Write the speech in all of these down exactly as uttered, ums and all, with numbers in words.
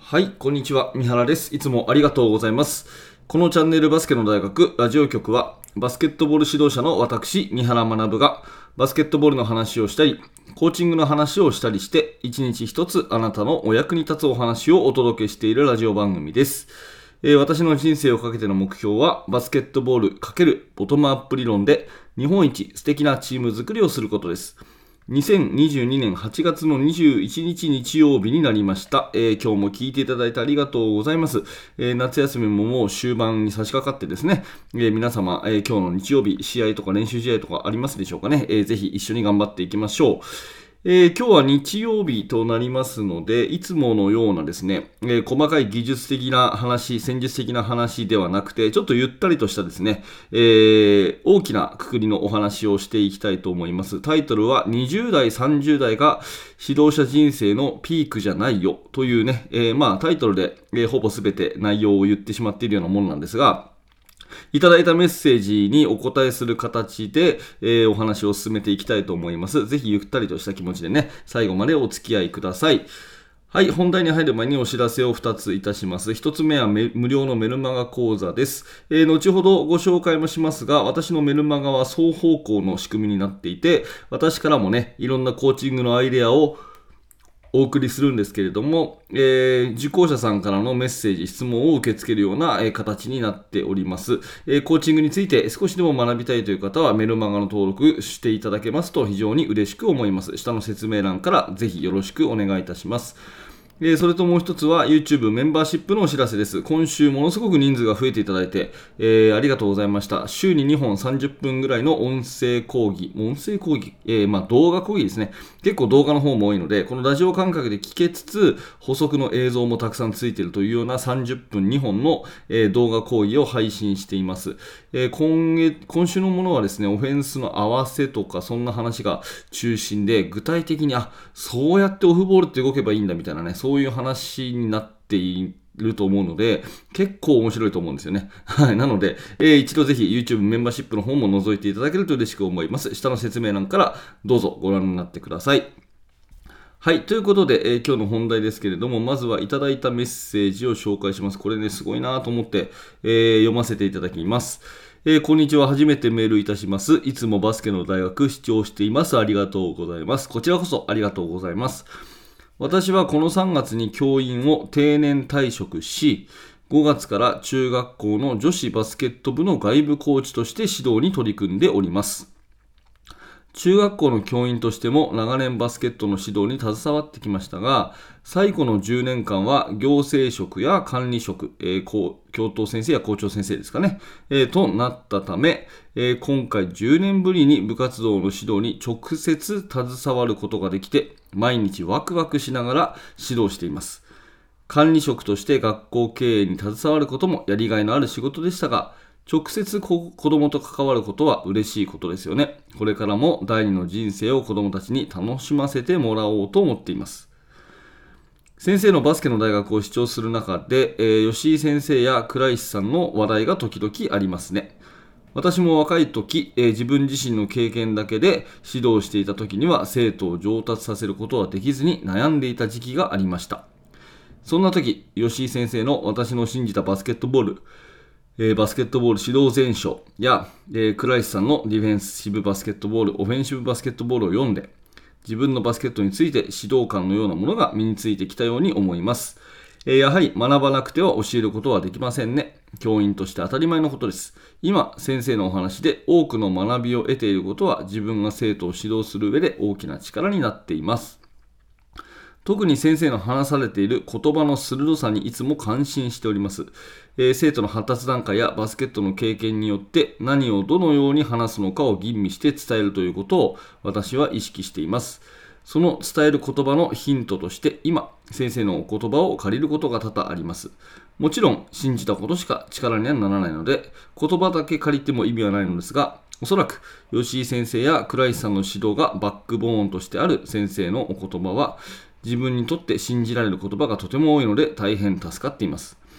はい、こんにちは。三原です。いつもありがとうございます。このチャンネルバスケの大学ラジオ局は、バスケットボール指導者の私、三原学が、バスケットボールの話をしたり、コーチングの話をしたりして、一日一つあなたのお役に立つお話をお届けしているラジオ番組です。えー、私の人生をかけての目標は、バスケットボール×ボトムアップ理論で、日本一素敵なチーム作りをすることです。にせんにじゅうにねんはちがつのにじゅういちにち日曜日になりました、えー、今日も聞いていただいてありがとうございます、えー、夏休みももう終盤に差し掛かってですね、えー、皆様、えー、今日の日曜日試合とか練習試合とかありますでしょうかね、えー、ぜひ一緒に頑張っていきましょう。えー、今日は日曜日となりますので、いつものようなですね、えー、細かい技術的な話、戦術的な話ではなくて、ちょっとゆったりとしたですね、えー、大きな括りのお話をしていきたいと思います。タイトルはにじゅうだい、さんじゅうだいが指導者人生のピークじゃないよというね、えー、まあタイトルで、えー、ほぼ全て内容を言ってしまっているようなものなんですが、いただいたメッセージにお答えする形で、えー、お話を進めていきたいと思います。ぜひゆったりとした気持ちでね、最後までお付き合いください。はい、本題に入る前にお知らせをふたついたします。ひとつめは無料のメルマガ講座です。えー、後ほどご紹介もしますが、私のメルマガは双方向の仕組みになっていて、私からもね、いろんなコーチングのアイデアをお送りするんですけれども、えー、受講者さんからのメッセージ、質問を受け付けるような、えー、形になっております、えー。コーチングについて少しでも学びたいという方はメルマガの登録していただけますと非常に嬉しく思います。下の説明欄からぜひよろしくお願いいたします。えー、それともう一つは YouTube メンバーシップのお知らせです。今週ものすごく人数が増えていただいて、えー、ありがとうございました。週ににほんさんじゅっぷんぐらいの音声講義、音声講義、えー、まあ動画講義ですね。結構動画の方も多いので、このラジオ感覚で聞けつつ、補足の映像もたくさんついているというようなさんじゅっぷんにほんの、えー、動画講義を配信しています。えー、今月、今週のものはですね、オフェンスの合わせとかそんな話が中心で、具体的に、あ、そうやってオフボールって動けばいいんだみたいなね、そういう話になっていると思うので、結構面白いと思うんですよね。はい。なので、えー、一度ぜひ YouTube メンバーシップの方も覗いていただけると嬉しく思います。下の説明欄からどうぞご覧になってください。はい。ということで、えー、今日の本題ですけれども、まずはいただいたメッセージを紹介します。これね、すごいなと思って、えー、読ませていただきます。えー、こんにちは。初めてメールいたします。いつもバスケの大学視聴しています。ありがとうございます。こちらこそありがとうございます。私はこのさんがつに教員を定年退職し、ごがつから中学校の女子バスケット部の外部コーチとして指導に取り組んでおります。中学校の教員としても長年バスケットの指導に携わってきましたが、最後のじゅうねんかんは行政職や管理職、えー、教頭先生や校長先生ですかね、えー、となったため、えー、今回じゅうねんぶりに部活動の指導に直接携わることができて、毎日ワクワクしながら指導しています。管理職として学校経営に携わることもやりがいのある仕事でしたが、直接子供と関わることは嬉しいことですよね。これからも第二の人生を子供たちに楽しませてもらおうと思っています。先生のバスケの大学を視聴する中で、えー、吉井先生や倉石さんの話題が時々ありますね。私も若い時、えー、自分自身の経験だけで指導していた時には生徒を上達させることはできずに悩んでいた時期がありました。そんな時、吉井先生の私の信じたバスケットボール、えー、バスケットボール指導全書や、えー、倉石さんのディフェンシブバスケットボール、オフェンシブバスケットボールを読んで、自分のバスケットについて指導官のようなものが身についてきたように思います。えー、やはり学ばなくては教えることはできませんね。教員として当たり前のことです。今、先生のお話で多くの学びを得ていることは自分が生徒を指導する上で大きな力になっています。特に先生の話されている言葉の鋭さにいつも感心しております。えー、生徒の発達段階やバスケットの経験によって何をどのように話すのかを吟味して伝えるということを私は意識しています。その伝える言葉のヒントとして今、先生のお言葉を借りることが多々あります。もちろん信じたことしか力にはならないので、言葉だけ借りても意味はないのですが、おそらく吉井先生や倉石さんの指導がバックボーンとしてある先生のお言葉は、自分にとって信じられる言葉がとても多いので大変助かっています。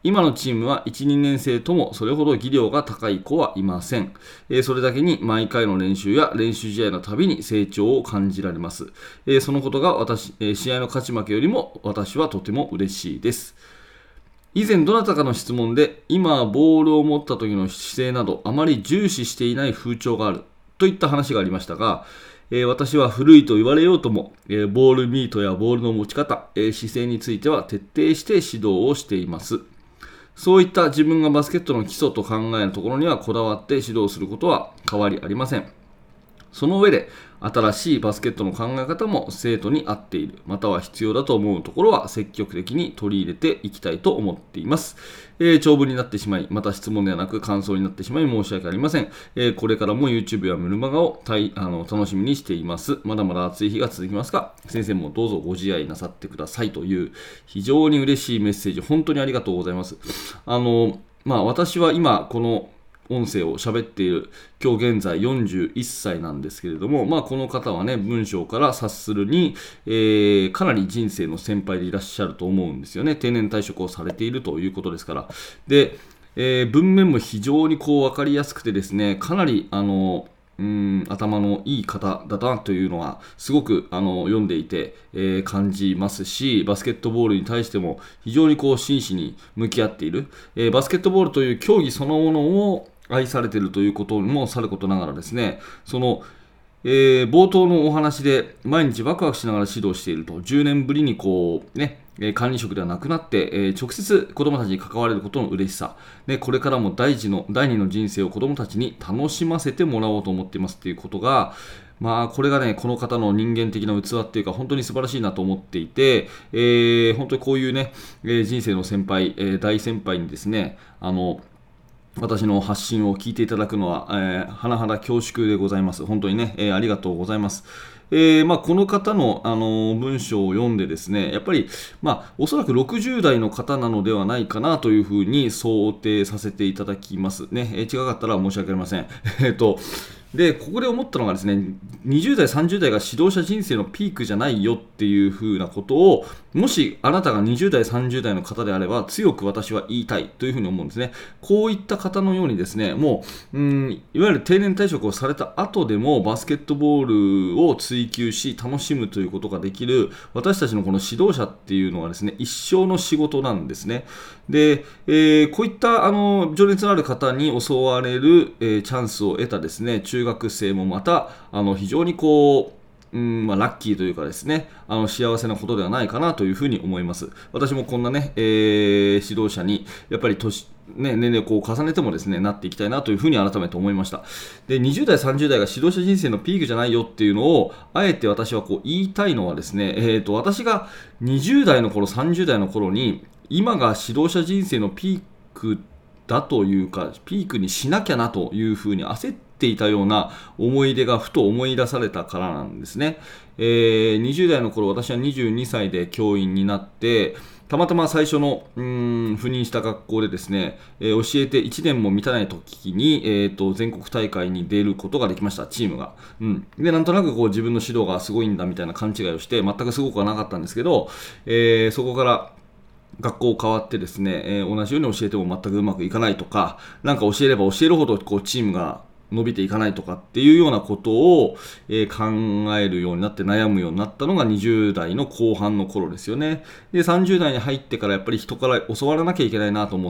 今のチームはいち、にねん生ともそれほど技量が高い子はいません。えーそれだけに毎回の練習や練習試合のたびに成長を感じられます。えーそのことが私、えー試合の勝ち負けよりも私はとても嬉しいです。以前どなたかの質問で、今ボールを持った時の姿勢などあまり重視していない風潮があるといった話がありましたが、えー私は古いと言われようとも、えーボールミートやボールの持ち方、えー姿勢については徹底して指導をしています。そういった自分がバスケットの基礎と考えるところにはこだわって指導することは変わりありません。その上で、新しいバスケットの考え方も生徒に合っている、または必要だと思うところは積極的に取り入れていきたいと思っています。えー長文になってしまい、また質問ではなく感想になってしまい申し訳ありません。えーこれからも YouTube やメルマガをたいあの楽しみにしています。まだまだ暑い日が続きますが、先生もどうぞご自愛なさってくださいという非常に嬉しいメッセージ、本当にありがとうございます。あの、まあ私は今この音声を喋っている今日現在よんじゅういっさいなんですけれども、まあ、この方はね、文章から察するに、えーかなり人生の先輩でいらっしゃると思うんですよね。定年退職をされているということですから。で、えー文面も非常にこう分かりやすくてですね、かなりあのうーん頭のいい方だなというのはすごくあの読んでいて、えー感じますし、バスケットボールに対しても非常にこう真摯に向き合っている、えーバスケットボールという競技そのものを愛されているということもさることながらですね、そのえー冒頭のお話で毎日ワクワクしながら指導していると、じゅうねんぶりにこうね、えー管理職ではなくなって、えー直接子どもたちに関われることの嬉しさ、でこれからも第一の第二の人生を子どもたちに楽しませてもらおうと思っていますということが、まあこれがね、この方の人間的な器っていうか本当に素晴らしいなと思っていて、えー本当にこういうね、えー人生の先輩、えー大先輩にですね、あの私の発信を聞いていただくのは、えー、甚だ恐縮でございます。本当にね、えーありがとうございます。えーまあ、この方の、あのー文章を読んでですね、やっぱり、まあ、おそらくろくじゅう代の方なのではないかなというふうに想定させていただきますね。えー違かったら申し訳ありません。えっとで、ここで思ったのがですね、にじゅう代、さんじゅう代が指導者人生のピークじゃないよっていう風なことを、もしあなたがにじゅう代、さんじゅう代の方であれば、強く私は言いたいという風に思うんですね。こういった方のようにですね、もう、うん、いわゆる定年退職をされた後でも、バスケットボールを追求し、楽しむということができる、私たちのこの指導者っていうのはですね、一生の仕事なんですね。で、えーこういったあの情熱のある方に襲われる、えーチャンスを得たですね、中学生もまたあの非常にこう、うんまあ、ラッキーというかですね、あの幸せなことではないかなというふうに思います。私もこんなね、えー指導者にやっぱり年ね、年齢をこう重ねてもですね、なっていきたいなというふうに改めて思いました。で、にじゅう代、さんじゅう代が指導者人生のピークじゃないよっていうのを、あえて私はこう言いたいのはですね、えーと、私がにじゅう代の頃、さんじゅう代の頃に、今が指導者人生のピークだというか、ピークにしなきゃなというふうに焦っていたような思い出がふと思い出されたからなんですね。えーにじゅう代の頃、私はにじゅうにさいで教員になって、たまたま最初のうーん赴任した学校でですね、えー教えていちねんも満たない時に、えーと全国大会に出ることができました、チームが。うん、でなんとなくこう自分の指導がすごいんだみたいな勘違いをして、全くすごくはなかったんですけど、えーそこから学校変わってですね、えー同じように教えても全くうまくいかないとか、なんか教えれば教えるほどこうチームが伸びていかないとかっていうようなことを、えー考えるようになって悩むようになったのがにじゅう代の後半の頃ですよね。で、さんじゅう代に入ってからやっぱり人から教わらなきゃいけないなと思って、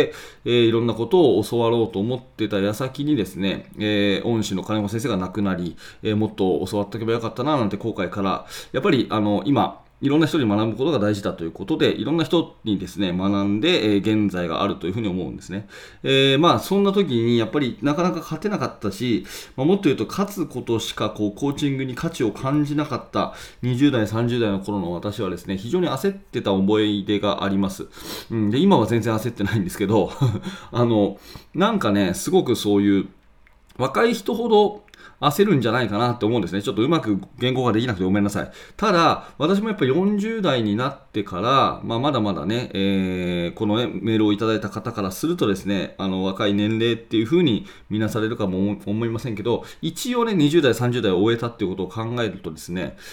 えーいろんなことを教わろうと思ってた矢先にですね、えー恩師の金子先生が亡くなり、えーもっと教わっておけばよかったななんて後悔から、やっぱりあの今、いろんな人に学ぶことが大事だということで、いろんな人にですね、学んで、えー現在があるというふうに思うんですね。えーまあ、そんな時に、やっぱりなかなか勝てなかったし、まあ、もっと言うと、勝つことしか、こう、コーチングに価値を感じなかったにじゅう代、さんじゅう代の頃の私はですね、非常に焦ってた思い出があります。うん、で、今は全然焦ってないんですけど、あの、なんかね、すごくそういう、若い人ほど焦るんじゃないかなって思うんですね。ちょっとうまく言語ができなくてごめんなさい。ただ、私もやっぱりよんじゅう代になってから、まあ、まだまだね、えーこのね、メールをいただいた方からするとですね、あの、若い年齢っていう風に見なされるかも思いませんけど、一応ね、にじゅう代、さんじゅう代を終えたっていうことを考えるとですね、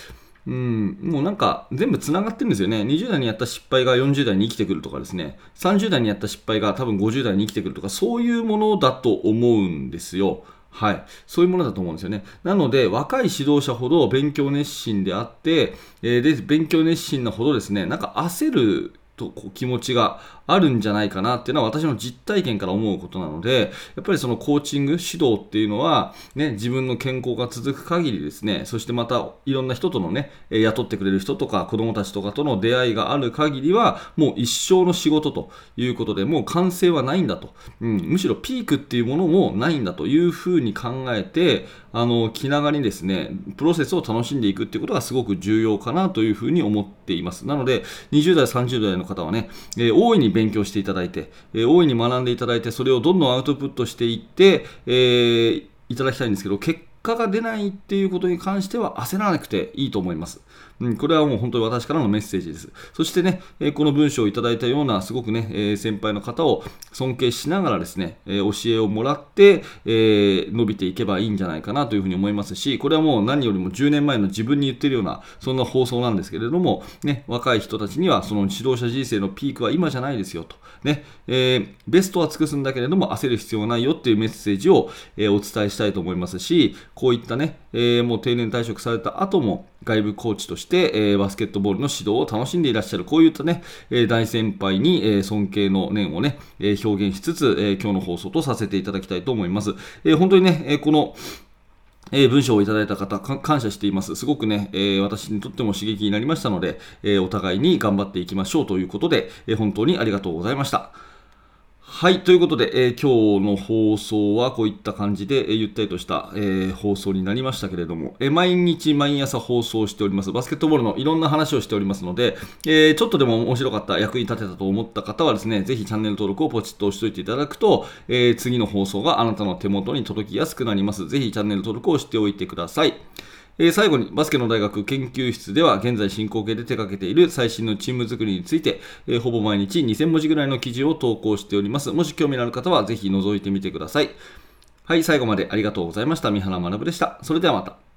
うん、もうなんか全部つながってるんですよね。にじゅう代にやった失敗がよんじゅう代に生きてくるとかですね、さんじゅう代にやった失敗が多分ごじゅう代に生きてくるとか、そういうものだと思うんですよ。はい。そういうものだと思うんですよね。なので、若い指導者ほど勉強熱心であって、えーで、勉強熱心なほどですね、なんか焦るとこう気持ちがあるんじゃないかなっていうのは私の実体験から思うことなので、やっぱりそのコーチング、指導っていうのは、ね、自分の健康が続く限りですね、そしてまたいろんな人とのね、えー雇ってくれる人とか子供たちとかとの出会いがある限りは、もう一生の仕事ということで、もう完成はないんだと、うん、むしろピークっていうものもないんだというふうに考えて、あの気長にですね、プロセスを楽しんでいくっていうことがすごく重要かなというふうに思っています。なので、にじゅう代、さんじゅう代の方はね、えー大いに勉強していただいて、えー大いに学んでいただいて、それをどんどんアウトプットしていって、えーいただきたいんですけど、結果が出ないっていうことに関しては焦らなくていいと思います。うん、これはもう本当に私からのメッセージです。そしてね、えーこの文章をいただいたようなすごくね、えー先輩の方を尊敬しながらですね、えー教えをもらって、えー伸びていけばいいんじゃないかなというふうに思いますし、これはもう何よりもじゅうねんまえの自分に言ってるような、そんな放送なんですけれども、ね、若い人たちにはその指導者人生のピークは今じゃないですよと。ね、えーベストは尽くすんだけれども焦る必要はないよっていうメッセージを、えーお伝えしたいと思いますし、こういったね、えーもう定年退職された後も外部コーチとして、えーバスケットボールの指導を楽しんでいらっしゃるこういったね、えー大先輩に、えー尊敬の念をね、えー表現しつつ、えー今日の放送とさせていただきたいと思います。えー本当にね、えーこのえー文章をいただいた方、か感謝しています。すごくね、えー私にとっても刺激になりましたので、えーお互いに頑張っていきましょうということで、えー本当にありがとうございました。はい。ということで、えー今日の放送はこういった感じで、えーゆったりとした、えー放送になりましたけれども、えー毎日毎朝放送しております。バスケットボールのいろんな話をしておりますので、えーちょっとでも面白かった、役に立てたと思った方はですね、ぜひチャンネル登録をポチッと押しておいていただくと、えー次の放送があなたの手元に届きやすくなります。ぜひチャンネル登録をしておいてください。えー最後にバスケの大学研究室では現在進行形で手掛けている最新のチーム作りについて、えーほぼ毎日にせん文字ぐらいの記事を投稿しております。もし興味のある方はぜひ覗いてみてください。はい、最後までありがとうございました。三原学でした。それではまた。